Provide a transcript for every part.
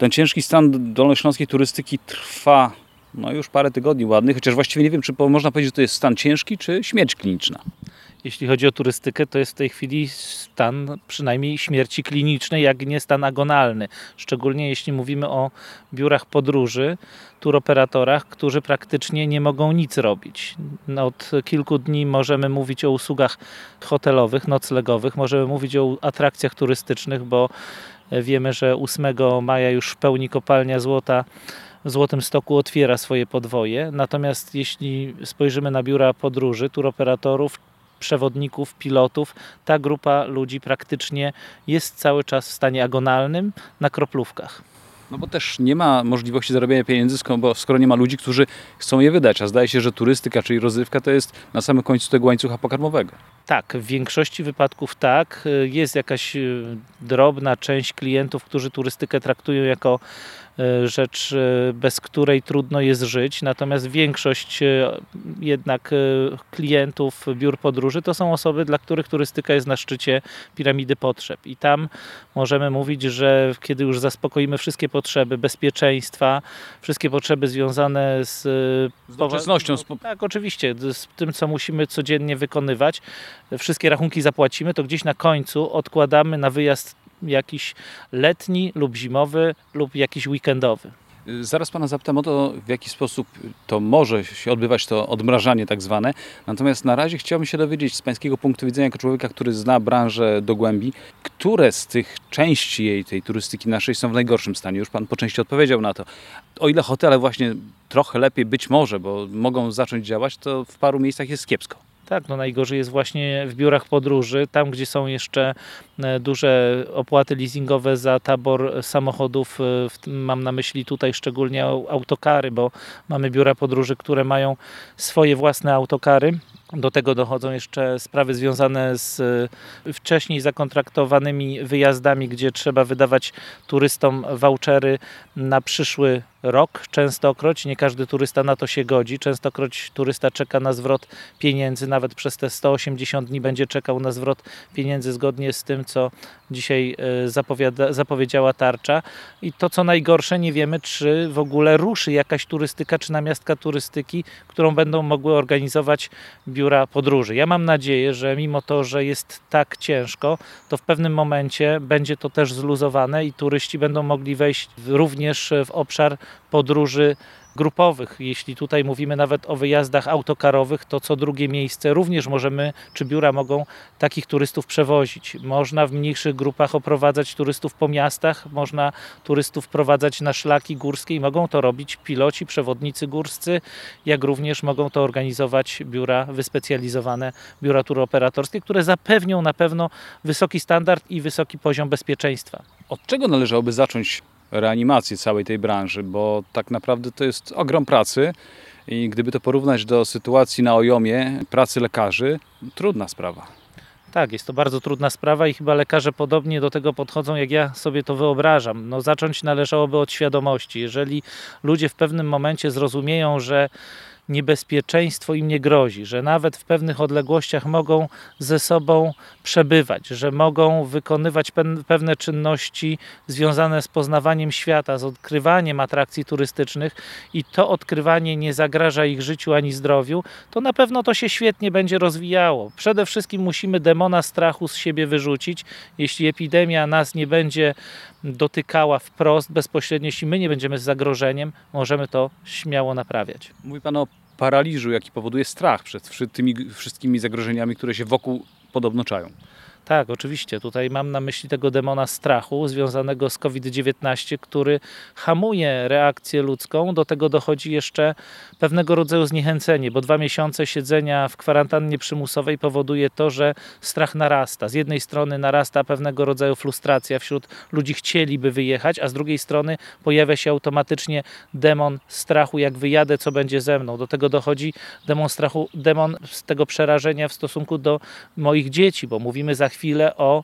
Ten ciężki stan dolnośląskiej turystyki trwa już parę tygodni ładnych, chociaż właściwie nie wiem, czy można powiedzieć, że to jest stan ciężki, czy śmierć kliniczna. Jeśli chodzi o turystykę, to jest w tej chwili stan przynajmniej śmierci klinicznej, jak nie stan agonalny. Szczególnie jeśli mówimy o biurach podróży, turoperatorach, którzy praktycznie nie mogą nic robić. Od kilku dni możemy mówić o usługach hotelowych, noclegowych, możemy mówić o atrakcjach turystycznych, bo wiemy, że 8 maja już w pełni kopalnia złota w Złotym Stoku otwiera swoje podwoje. Natomiast jeśli spojrzymy na biura podróży, turoperatorów, przewodników, pilotów, ta grupa ludzi praktycznie jest cały czas w stanie agonalnym na kroplówkach. No bo też nie ma możliwości zarabiania pieniędzy, bo skoro nie ma ludzi, którzy chcą je wydać, a zdaje się, że turystyka, czyli rozrywka to jest na samym końcu tego łańcucha pokarmowego. Tak, w większości wypadków tak. Jest jakaś drobna część klientów, którzy turystykę traktują jako rzecz, bez której trudno jest żyć. Natomiast większość jednak klientów biur podróży to są osoby, dla których turystyka jest na szczycie piramidy potrzeb. I tam możemy mówić, że kiedy już zaspokoimy wszystkie potrzeby bezpieczeństwa, wszystkie potrzeby związane z obecnością. Tak, oczywiście, z tym, co musimy codziennie wykonywać, wszystkie rachunki zapłacimy, to gdzieś na końcu odkładamy na wyjazd jakiś letni lub zimowy lub jakiś weekendowy. Zaraz pana zapytam o to, w jaki sposób to może się odbywać, to odmrażanie tak zwane. Natomiast na razie chciałbym się dowiedzieć z pańskiego punktu widzenia, jako człowieka, który zna branżę do głębi, które z tych części tej turystyki naszej są w najgorszym stanie. Już pan po części odpowiedział na to. O ile hotele właśnie trochę lepiej być może, bo mogą zacząć działać, to w paru miejscach jest kiepsko. Tak, najgorzej jest właśnie w biurach podróży, tam gdzie są jeszcze duże opłaty leasingowe za tabor samochodów, mam na myśli tutaj szczególnie autokary, bo mamy biura podróży, które mają swoje własne autokary. Do tego dochodzą jeszcze sprawy związane z wcześniej zakontraktowanymi wyjazdami, gdzie trzeba wydawać turystom vouchery na przyszły rok. Częstokroć, nie każdy turysta na to się godzi, częstokroć turysta czeka na zwrot pieniędzy, nawet przez te 180 dni będzie czekał na zwrot pieniędzy zgodnie z tym, co dzisiaj zapowiedziała tarcza. I to, co najgorsze, nie wiemy, czy w ogóle ruszy jakaś turystyka, czy namiastka turystyki, którą będą mogły organizować biura podróży. Ja mam nadzieję, że mimo to, że jest tak ciężko, to w pewnym momencie będzie to też zluzowane i turyści będą mogli wejść również w obszar podróży grupowych. Jeśli tutaj mówimy nawet o wyjazdach autokarowych, to co drugie miejsce również możemy, czy biura mogą takich turystów przewozić. Można w mniejszych grupach oprowadzać turystów po miastach, można turystów prowadzać na szlaki górskie i mogą to robić piloci, przewodnicy górscy, jak również mogą to organizować biura wyspecjalizowane, biura turoperatorskie, które zapewnią na pewno wysoki standard i wysoki poziom bezpieczeństwa. Od czego należałoby zacząć reanimację całej tej branży, bo tak naprawdę to jest ogrom pracy i gdyby to porównać do sytuacji na OJOM-ie, pracy lekarzy, trudna sprawa. Tak, jest to bardzo trudna sprawa i chyba lekarze podobnie do tego podchodzą, jak ja sobie to wyobrażam. Zacząć należałoby od świadomości. Jeżeli ludzie w pewnym momencie zrozumieją, że niebezpieczeństwo im nie grozi, że nawet w pewnych odległościach mogą ze sobą przebywać, że mogą wykonywać pewne czynności związane z poznawaniem świata, z odkrywaniem atrakcji turystycznych i to odkrywanie nie zagraża ich życiu ani zdrowiu, to na pewno to się świetnie będzie rozwijało. Przede wszystkim musimy demona strachu z siebie wyrzucić. Jeśli epidemia nas nie będzie dotykała wprost, bezpośrednio, jeśli my nie będziemy z zagrożeniem, możemy to śmiało naprawiać. Mówi pan o paraliżu, jaki powoduje strach przed tymi wszystkimi zagrożeniami, które się wokół podobno czają. Tak, oczywiście. Tutaj mam na myśli tego demona strachu związanego z COVID-19, który hamuje reakcję ludzką. Do tego dochodzi jeszcze pewnego rodzaju zniechęcenie, bo 2 miesiące siedzenia w kwarantannie przymusowej powoduje to, że strach narasta. Z jednej strony narasta pewnego rodzaju frustracja wśród ludzi, chcieliby wyjechać, a z drugiej strony pojawia się automatycznie demon strachu, jak wyjadę, co będzie ze mną. Do tego dochodzi demon strachu, demon z tego przerażenia w stosunku do moich dzieci, bo mówimy za chwilę o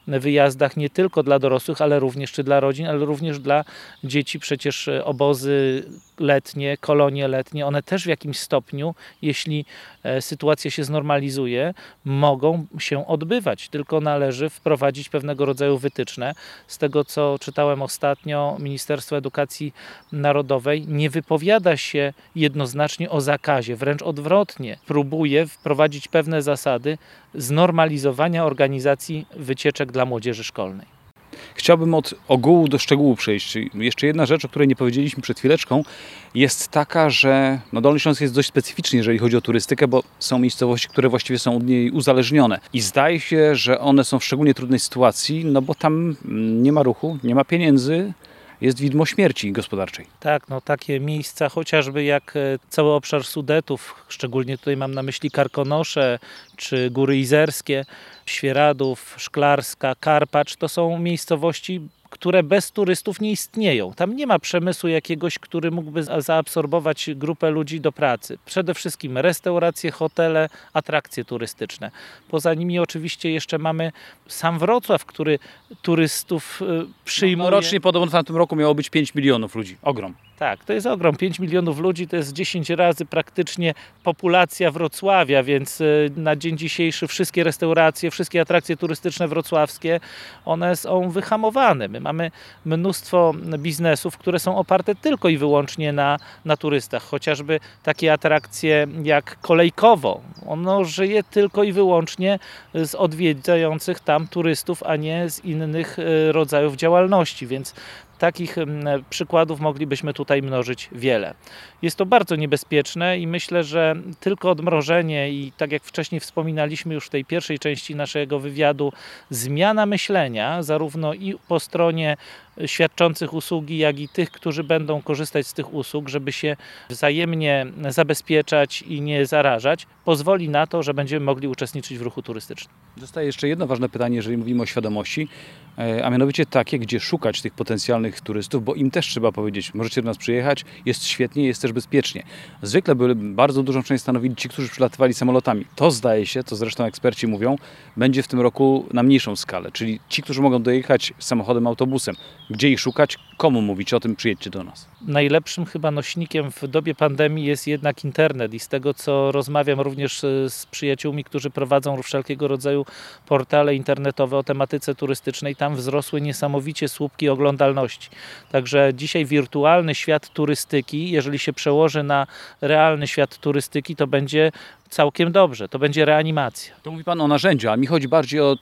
wyjazdach nie tylko dla dorosłych, ale również czy dla rodzin, ale również dla dzieci. Przecież obozy letnie, kolonie letnie, one też w jakimś stopniu, jeśli sytuacja się znormalizuje, mogą się odbywać. Tylko należy wprowadzić pewnego rodzaju wytyczne. Z tego, co czytałem ostatnio, Ministerstwo Edukacji Narodowej nie wypowiada się jednoznacznie o zakazie, wręcz odwrotnie. Próbuje wprowadzić pewne zasady znormalizowania organizacji wycieczek dla młodzieży szkolnej. Chciałbym od ogółu do szczegółu przejść. Jeszcze jedna rzecz, o której nie powiedzieliśmy przed chwileczką, jest taka, że Dolny Śląsk jest dość specyficzny, jeżeli chodzi o turystykę, bo są miejscowości, które właściwie są od niej uzależnione. I zdaje się, że one są w szczególnie trudnej sytuacji, bo tam nie ma ruchu, nie ma pieniędzy, jest widmo śmierci gospodarczej. Tak, takie miejsca chociażby jak cały obszar Sudetów, szczególnie tutaj mam na myśli Karkonosze czy Góry Izerskie, Świeradów, Szklarska, Karpacz, to są miejscowości, które bez turystów nie istnieją. Tam nie ma przemysłu jakiegoś, który mógłby zaabsorbować grupę ludzi do pracy. Przede wszystkim restauracje, hotele, atrakcje turystyczne. Poza nimi oczywiście jeszcze mamy sam Wrocław, który turystów przyjmuje. Rocznie podobno w tamtym roku miało być 5 milionów ludzi. Ogrom. Tak, to jest ogrom. 5 milionów ludzi to jest 10 razy praktycznie populacja Wrocławia, więc na dzień dzisiejszy wszystkie restauracje, wszystkie atrakcje turystyczne wrocławskie, one są wyhamowane. My mamy mnóstwo biznesów, które są oparte tylko i wyłącznie na turystach. Chociażby takie atrakcje jak Kolejkowo. Ono żyje tylko i wyłącznie z odwiedzających tam turystów, a nie z innych rodzajów działalności, więc takich przykładów moglibyśmy tutaj mnożyć wiele. Jest to bardzo niebezpieczne i myślę, że tylko odmrożenie i tak jak wcześniej wspominaliśmy już w tej pierwszej części naszego wywiadu, zmiana myślenia zarówno i po stronie świadczących usługi, jak i tych, którzy będą korzystać z tych usług, żeby się wzajemnie zabezpieczać i nie zarażać, pozwoli na to, że będziemy mogli uczestniczyć w ruchu turystycznym. Zostaje jeszcze jedno ważne pytanie, jeżeli mówimy o świadomości, a mianowicie takie, gdzie szukać tych potencjalnych turystów, bo im też trzeba powiedzieć, możecie do nas przyjechać, jest świetnie, jest też bezpiecznie. Zwykle bardzo dużą część stanowili ci, którzy przylatywali samolotami. To zdaje się, to zresztą eksperci mówią, będzie w tym roku na mniejszą skalę, czyli ci, którzy mogą dojechać samochodem, autobusem. Gdzie ich szukać? Komu mówić o tym? Przyjedźcie do nas. Najlepszym chyba nośnikiem w dobie pandemii jest jednak internet i z tego, co rozmawiam również z przyjaciółmi, którzy prowadzą wszelkiego rodzaju portale internetowe o tematyce turystycznej, tam wzrosły niesamowicie słupki oglądalności. Także dzisiaj wirtualny świat turystyki, jeżeli się przełoży na realny świat turystyki, to będzie całkiem dobrze, to będzie reanimacja. To mówi Pan o narzędziu, a mi chodzi bardziej o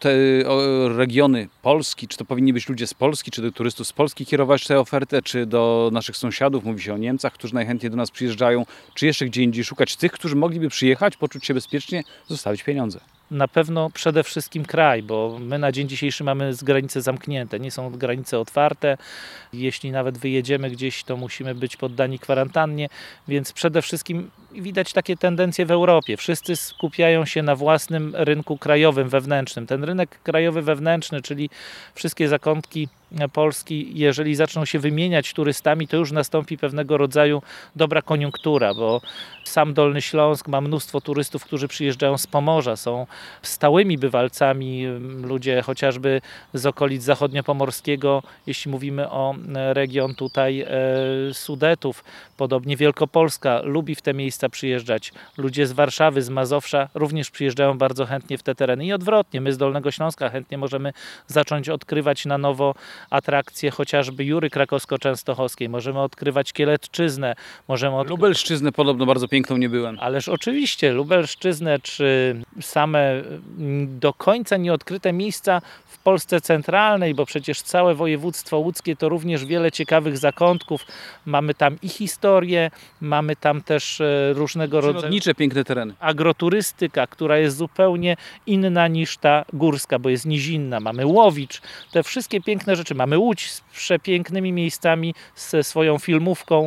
regiony Polski. Czy to powinni być ludzie z Polski, czy do turystów z Polski kierować tę ofertę, czy do naszych sąsiadów, mówi się o Niemcach, którzy najchętniej do nas przyjeżdżają, czy jeszcze gdzie indziej szukać tych, którzy mogliby przyjechać, poczuć się bezpiecznie, zostawić pieniądze. Na pewno przede wszystkim kraj, bo my na dzień dzisiejszy mamy granice zamknięte, nie są granice otwarte. Jeśli nawet wyjedziemy gdzieś, to musimy być poddani kwarantannie, więc przede wszystkim widać takie tendencje w Europie. Wszyscy skupiają się na własnym rynku krajowym, wewnętrznym. Ten rynek krajowy, wewnętrzny, czyli wszystkie zakątki Polski, jeżeli zaczną się wymieniać turystami, to już nastąpi pewnego rodzaju dobra koniunktura, bo sam Dolny Śląsk ma mnóstwo turystów, którzy przyjeżdżają z Pomorza, są stałymi bywalcami, ludzie chociażby z okolic zachodniopomorskiego, jeśli mówimy o region tutaj Sudetów, podobnie Wielkopolska lubi w te miejsca przyjeżdżać, ludzie z Warszawy, z Mazowsza również przyjeżdżają bardzo chętnie w te tereny i odwrotnie, my z Dolnego Śląska chętnie możemy zacząć odkrywać na nowo atrakcje chociażby Jury Krakowsko-Częstochowskiej, możemy odkrywać Kielecczyznę, Lubelszczyznę podobno bardzo piękną nie byłem. Ależ oczywiście, Lubelszczyznę czy same do końca nieodkryte miejsca w Polsce centralnej, bo przecież całe województwo łódzkie to również wiele ciekawych zakątków. Mamy tam i historię, mamy tam też różnego rodzaju Przyrodnicze, piękne tereny. agroturystyka, która jest zupełnie inna niż ta górska, bo jest nizinna. Mamy Łowicz, te wszystkie piękne rzeczy. Mamy Łódź z przepięknymi miejscami, ze swoją filmówką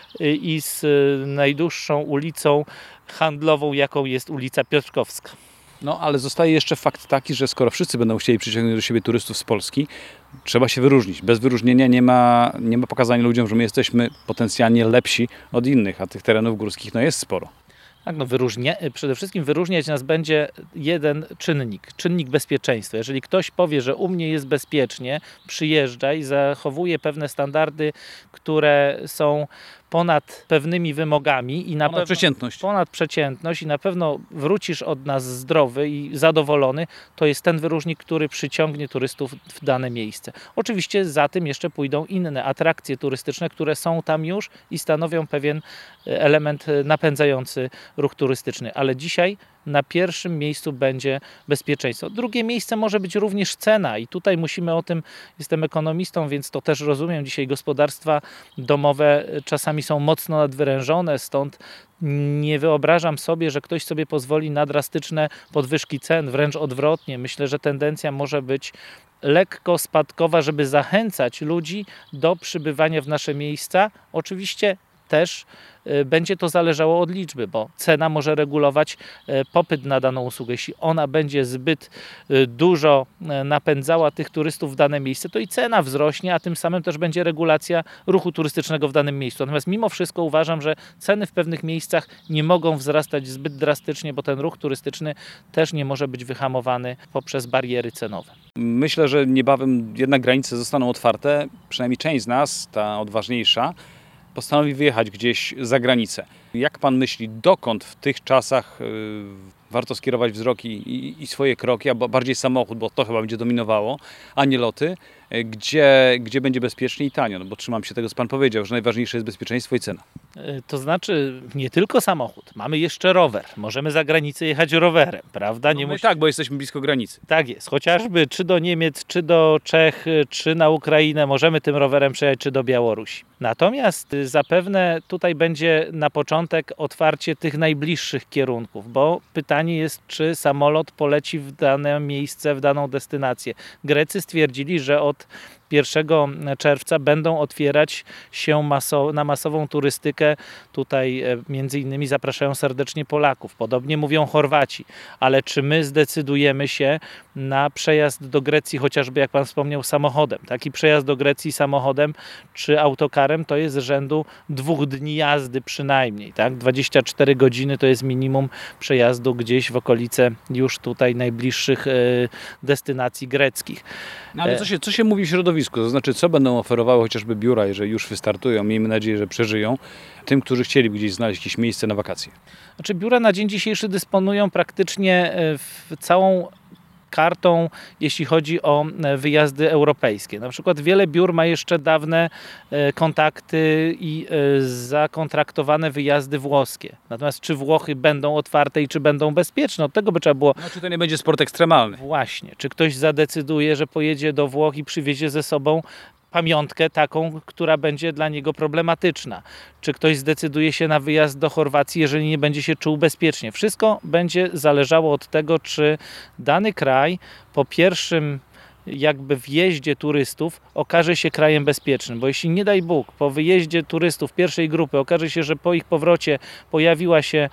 i z najdłuższą ulicą handlową, jaką jest ulica Piotrkowska. No, ale zostaje jeszcze fakt taki, że skoro wszyscy będą chcieli przyciągnąć do siebie turystów z Polski, trzeba się wyróżnić. Bez wyróżnienia nie ma pokazania ludziom, że my jesteśmy potencjalnie lepsi od innych, a tych terenów górskich jest sporo. Tak, no przede wszystkim wyróżniać nas będzie jeden czynnik bezpieczeństwa. Jeżeli ktoś powie, że u mnie jest bezpiecznie, przyjeżdża i zachowuje pewne standardy, które są ponad pewnymi wymogami i na pewno ponad przeciętność i na pewno wrócisz od nas zdrowy i zadowolony, to jest ten wyróżnik, który przyciągnie turystów w dane miejsce. Oczywiście za tym jeszcze pójdą inne atrakcje turystyczne, które są tam już i stanowią pewien element napędzający ruch turystyczny, ale dzisiaj na pierwszym miejscu będzie bezpieczeństwo. Drugie miejsce może być również cena i tutaj musimy o tym, jestem ekonomistą, więc to też rozumiem. Dzisiaj gospodarstwa domowe czasami są mocno nadwyrężone, stąd nie wyobrażam sobie, że ktoś sobie pozwoli na drastyczne podwyżki cen, wręcz odwrotnie. Myślę, że tendencja może być lekko spadkowa, żeby zachęcać ludzi do przybywania w nasze miejsca. Oczywiście też będzie to zależało od liczby, bo cena może regulować popyt na daną usługę. Jeśli ona będzie zbyt dużo napędzała tych turystów w dane miejsce, to i cena wzrośnie, a tym samym też będzie regulacja ruchu turystycznego w danym miejscu. Natomiast mimo wszystko uważam, że ceny w pewnych miejscach nie mogą wzrastać zbyt drastycznie, bo ten ruch turystyczny też nie może być wyhamowany poprzez bariery cenowe. Myślę, że niebawem jednak granice zostaną otwarte, przynajmniej część z nas, ta odważniejsza, postanowi wyjechać gdzieś za granicę. Jak pan myśli, dokąd w tych czasach warto skierować wzrok i swoje kroki, a bardziej samochód, bo to chyba będzie dominowało, a nie loty, gdzie będzie bezpiecznie i tanio? No bo trzymam się tego, co pan powiedział, że najważniejsze jest bezpieczeństwo i cena. To znaczy nie tylko samochód, mamy jeszcze rower. Możemy za granicę jechać rowerem, prawda? Tak, bo jesteśmy blisko granicy. Tak jest, chociażby czy do Niemiec, czy do Czech, czy na Ukrainę możemy tym rowerem przejechać, czy do Białorusi. Natomiast zapewne tutaj będzie na początek otwarcie tych najbliższych kierunków, bo pytanie jest, czy samolot poleci w dane miejsce, w daną destynację. Grecy stwierdzili, że od 1 czerwca będą otwierać się na masową turystykę. Tutaj między innymi zapraszają serdecznie Polaków. Podobnie mówią Chorwaci. Ale czy my zdecydujemy się na przejazd do Grecji, chociażby jak pan wspomniał, samochodem? Taki przejazd do Grecji samochodem czy autokarem to jest rzędu 2 dni jazdy przynajmniej. Tak? 24 godziny to jest minimum przejazdu gdzieś w okolice już tutaj najbliższych destynacji greckich. No ale co się mówi w środowisku? To znaczy, co będą oferowały chociażby biura, jeżeli już wystartują, miejmy nadzieję, że przeżyją, tym, którzy chcieliby gdzieś znaleźć jakieś miejsce na wakacje? Znaczy, biura na dzień dzisiejszy dysponują praktycznie całą kartą, jeśli chodzi o wyjazdy europejskie. Na przykład wiele biur ma jeszcze dawne kontakty i zakontraktowane wyjazdy włoskie. Natomiast czy Włochy będą otwarte i czy będą bezpieczne? Od tego by trzeba było... Czy to nie będzie sport ekstremalny? Właśnie. Czy ktoś zadecyduje, że pojedzie do Włoch i przywiezie ze sobą pamiątkę taką, która będzie dla niego problematyczna. Czy ktoś zdecyduje się na wyjazd do Chorwacji, jeżeli nie będzie się czuł bezpiecznie. Wszystko będzie zależało od tego, czy dany kraj po pierwszym jakby wjeździe turystów okaże się krajem bezpiecznym, bo jeśli nie daj Bóg po wyjeździe turystów pierwszej grupy okaże się, że po ich powrocie pojawiła się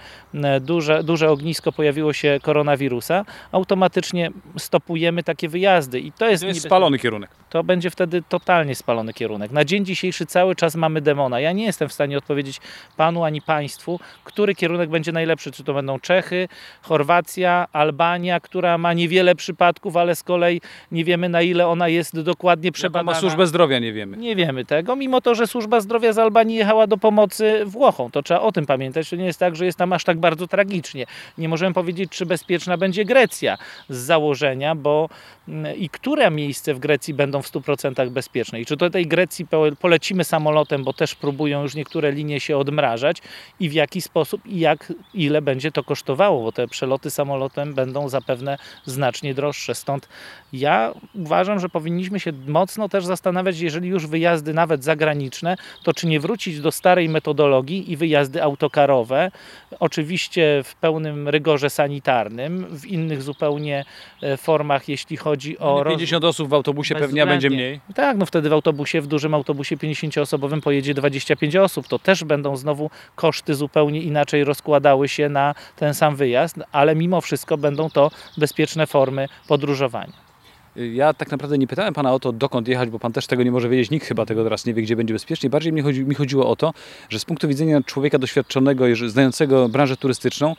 duże ognisko, pojawiło się koronawirusa, automatycznie stopujemy takie wyjazdy i to jest spalony kierunek. To będzie wtedy totalnie spalony kierunek. Na dzień dzisiejszy cały czas mamy demona. Ja nie jestem w stanie odpowiedzieć panu ani państwu, który kierunek będzie najlepszy. Czy to będą Czechy, Chorwacja, Albania, która ma niewiele przypadków, ale z kolei nie wiemy, na ile ona jest dokładnie przebadana. Ma służbę zdrowia, nie wiemy. Nie wiemy tego, mimo to, że służba zdrowia z Albanii jechała do pomocy Włochom. To trzeba o tym pamiętać. To nie jest tak, że jest tam aż tak bardzo tragicznie. Nie możemy powiedzieć, czy bezpieczna będzie Grecja z założenia, bo i które miejsce w Grecji będą w 100% bezpieczne. I czy do tej Grecji polecimy samolotem, bo też próbują już niektóre linie się odmrażać i w jaki sposób i ile będzie to kosztowało, bo te przeloty samolotem będą zapewne znacznie droższe. Stąd ja uważam, że powinniśmy się mocno też zastanawiać, jeżeli już wyjazdy nawet zagraniczne, to czy nie wrócić do starej metodologii i wyjazdy autokarowe, oczywiście w pełnym rygorze sanitarnym, w innych zupełnie formach, jeśli chodzi o... 50 osób w autobusie pewnie będzie mniej. Tak, no wtedy w dużym autobusie 50-osobowym pojedzie 25 osób. To też będą znowu koszty zupełnie inaczej rozkładały się na ten sam wyjazd, ale mimo wszystko będą to bezpieczne formy podróżowania. Ja tak naprawdę nie pytałem pana o to, dokąd jechać, bo pan też tego nie może wiedzieć, nikt chyba tego teraz nie wie, gdzie będzie bezpiecznie. Bardziej mi chodziło o to, że z punktu widzenia człowieka doświadczonego, znającego branżę turystyczną,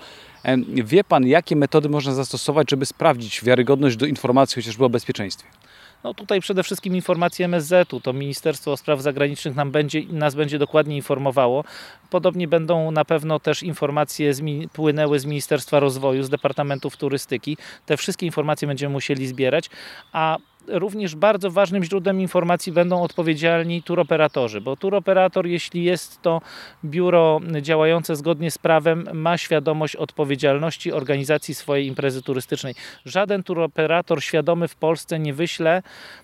wie pan, jakie metody można zastosować, żeby sprawdzić wiarygodność do informacji chociażby o bezpieczeństwie? No tutaj przede wszystkim informacje MSZ-u, to Ministerstwo Spraw Zagranicznych nas będzie dokładnie informowało. Podobnie będą na pewno też informacje płynęły z Ministerstwa Rozwoju, z Departamentów Turystyki. Te wszystkie informacje będziemy musieli zbierać, a również bardzo ważnym źródłem informacji będą odpowiedzialni turoperatorzy, bo turoperator, jeśli jest to biuro działające zgodnie z prawem, ma świadomość odpowiedzialności organizacji swojej imprezy turystycznej. Żaden turoperator świadomy w Polsce nie wyśle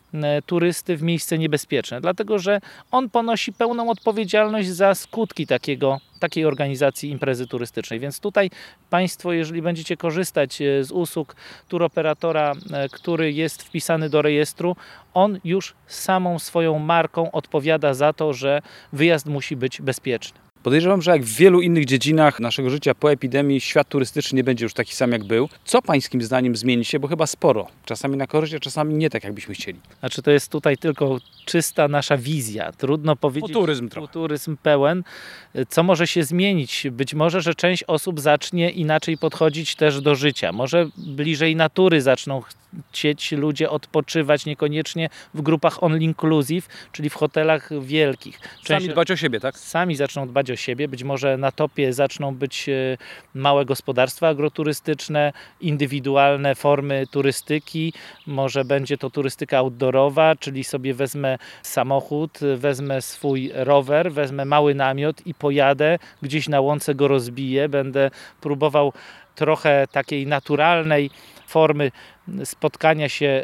turysty w miejsce niebezpieczne, dlatego że on ponosi pełną odpowiedzialność za skutki takiej organizacji imprezy turystycznej. Więc tutaj Państwo, jeżeli będziecie korzystać z usług turoperatora, który jest wpisany do rejestru, on już samą swoją marką odpowiada za to, że wyjazd musi być bezpieczny. Podejrzewam, że jak w wielu innych dziedzinach naszego życia po epidemii, świat turystyczny nie będzie już taki sam jak był. Co pańskim zdaniem zmieni się? Bo chyba sporo. Czasami na korzyść, a czasami nie tak, jakbyśmy chcieli. Znaczy to jest tutaj tylko czysta nasza wizja. Trudno powiedzieć. Futuryzm trochę. Futuryzm pełen. Co może się zmienić? Być może, że część osób zacznie inaczej podchodzić też do życia. Może bliżej natury zaczną chcieć ludzie odpoczywać, niekoniecznie w grupach all inclusive, czyli w hotelach wielkich. Sami dbać o siebie, tak? Sami zaczną dbać o siebie. Być może na topie zaczną być małe gospodarstwa agroturystyczne, indywidualne formy turystyki. Może będzie to turystyka outdoorowa, czyli sobie wezmę samochód, wezmę swój rower, wezmę mały namiot i pojadę, gdzieś na łące go rozbiję. Będę próbował trochę takiej naturalnej formy spotkania się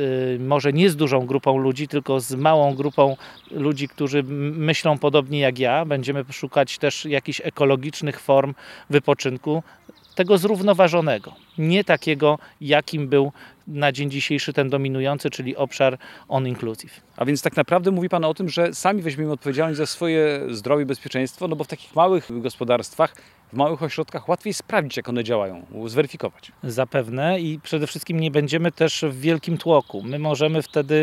może nie z dużą grupą ludzi, tylko z małą grupą ludzi, którzy myślą podobnie jak ja. Będziemy szukać też jakichś ekologicznych form wypoczynku, tego zrównoważonego, nie takiego, jakim był na dzień dzisiejszy ten dominujący, czyli obszar on-inclusive. A więc tak naprawdę mówi pan o tym, że sami weźmiemy odpowiedzialność za swoje zdrowie i bezpieczeństwo, no bo w takich małych gospodarstwach, w małych ośrodkach łatwiej sprawdzić, jak one działają, zweryfikować. Zapewne i przede wszystkim nie będziemy też w wielkim tłoku. My możemy wtedy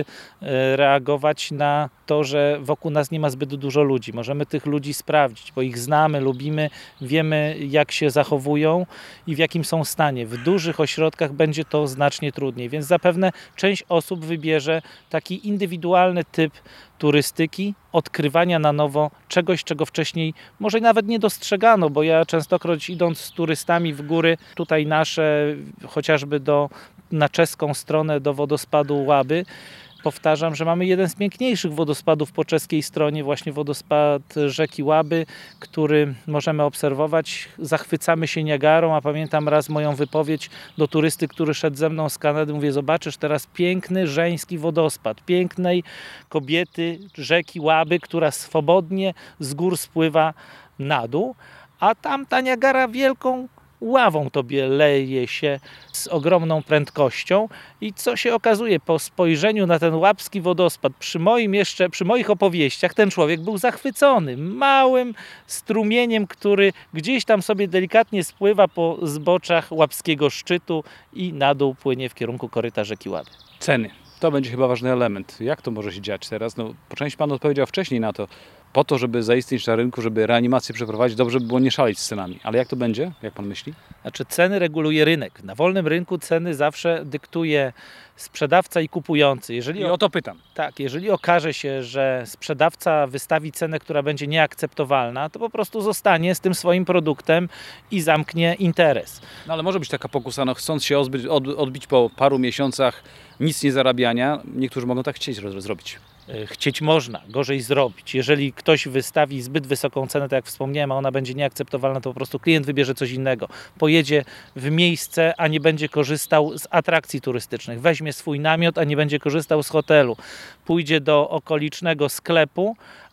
reagować na to, że wokół nas nie ma zbyt dużo ludzi. Możemy tych ludzi sprawdzić, bo ich znamy, lubimy, wiemy, jak się zachowują i w jakim są stanie. W dużych ośrodkach będzie to znacznie trudniej, więc zapewne część osób wybierze taki indywidualny typ turystyki, odkrywania na nowo czegoś, czego wcześniej może nawet nie dostrzegano, bo ja częstokroć idąc z turystami w góry, tutaj nasze, chociażby na czeską stronę do wodospadu Łaby, powtarzam, że mamy jeden z piękniejszych wodospadów po czeskiej stronie, właśnie wodospad rzeki Łaby, który możemy obserwować. Zachwycamy się Niagarą, a pamiętam raz moją wypowiedź do turysty, który szedł ze mną z Kanady. Mówię, zobaczysz teraz piękny żeński wodospad, pięknej kobiety rzeki Łaby, która swobodnie z gór spływa na dół, a tam ta Niagara wielką ławą tobie leje się z ogromną prędkością i co się okazuje, po spojrzeniu na ten łapski wodospad, przy moich opowieściach ten człowiek był zachwycony małym strumieniem, który gdzieś tam sobie delikatnie spływa po zboczach łapskiego szczytu i na dół płynie w kierunku koryta rzeki Łaby. Ceny. To będzie chyba ważny element. Jak to może się dziać teraz? No, po części pan odpowiedział wcześniej na to. Po to, żeby zaistnieć na rynku, żeby reanimację przeprowadzić, dobrze by było nie szaleć z cenami. Ale jak to będzie? Jak pan myśli? Znaczy ceny reguluje rynek. Na wolnym rynku ceny zawsze dyktuje sprzedawca i kupujący. I o to pytam. Tak, jeżeli okaże się, że sprzedawca wystawi cenę, która będzie nieakceptowalna, to po prostu zostanie z tym swoim produktem i zamknie interes. No ale może być taka pokusa, no chcąc się odbić po paru miesiącach nic nie zarabiania, niektórzy mogą tak chcieć zrobić. Chcieć można, gorzej zrobić. Jeżeli ktoś wystawi zbyt wysoką cenę, tak jak wspomniałem, a ona będzie nieakceptowalna, to po prostu klient wybierze coś innego. Pojedzie w miejsce, a nie będzie korzystał z atrakcji turystycznych. Weźmie swój namiot, a nie będzie korzystał z hotelu. Pójdzie do okolicznego sklepu,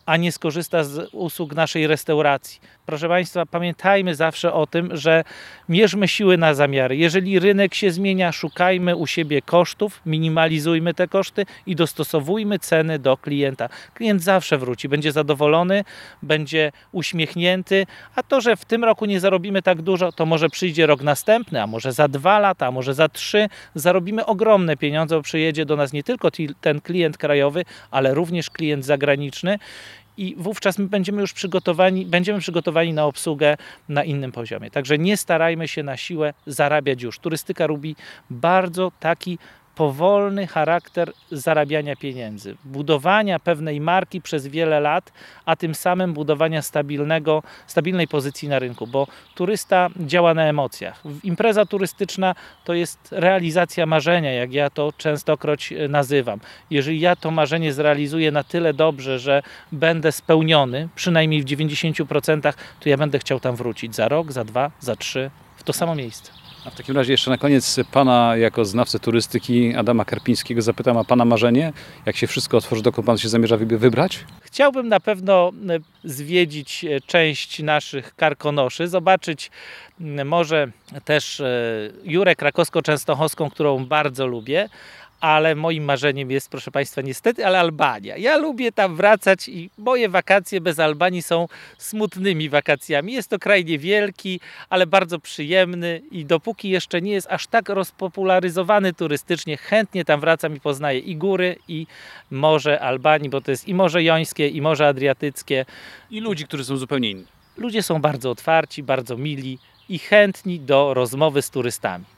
a nie skorzysta z usług naszej restauracji. Proszę Państwa, pamiętajmy zawsze o tym, że mierzmy siły na zamiary. Jeżeli rynek się zmienia, szukajmy u siebie kosztów, minimalizujmy te koszty i dostosowujmy ceny do klienta. Klient zawsze wróci, będzie zadowolony, będzie uśmiechnięty, a to, że w tym roku nie zarobimy tak dużo, to może przyjdzie rok następny, a może za 2 lata, a może za 3. Zarobimy ogromne pieniądze, bo przyjedzie do nas nie tylko ten klient krajowy, ale również klient zagraniczny. I wówczas my będziemy przygotowani na obsługę na innym poziomie. Także nie starajmy się na siłę zarabiać już. Turystyka lubi bardzo taki powolny charakter zarabiania pieniędzy, budowania pewnej marki przez wiele lat, a tym samym budowania stabilnej pozycji na rynku, bo turysta działa na emocjach. Impreza turystyczna to jest realizacja marzenia, jak ja to częstokroć nazywam. Jeżeli ja to marzenie zrealizuję na tyle dobrze, że będę spełniony, przynajmniej w 90%, to ja będę chciał tam wrócić za rok, za 2, za 3, w to samo miejsce. A w takim razie jeszcze na koniec pana jako znawcę turystyki Adama Karpińskiego zapytam, a pana marzenie? Jak się wszystko otworzy, dokąd pan się zamierza wybrać? Chciałbym na pewno zwiedzić część naszych karkonoszy, zobaczyć może też Jurę Krakowsko-Częstochowską, którą bardzo lubię, ale moim marzeniem jest, proszę Państwa, niestety, ale Albania. Ja lubię tam wracać i moje wakacje bez Albanii są smutnymi wakacjami. Jest to kraj niewielki, ale bardzo przyjemny i dopóki jeszcze nie jest aż tak rozpopularyzowany turystycznie, chętnie tam wracam i poznaję i góry, i morze Albanii, bo to jest i Morze Jońskie, i Morze Adriatyckie. I ludzi, którzy są zupełnie inni. Ludzie są bardzo otwarci, bardzo mili i chętni do rozmowy z turystami.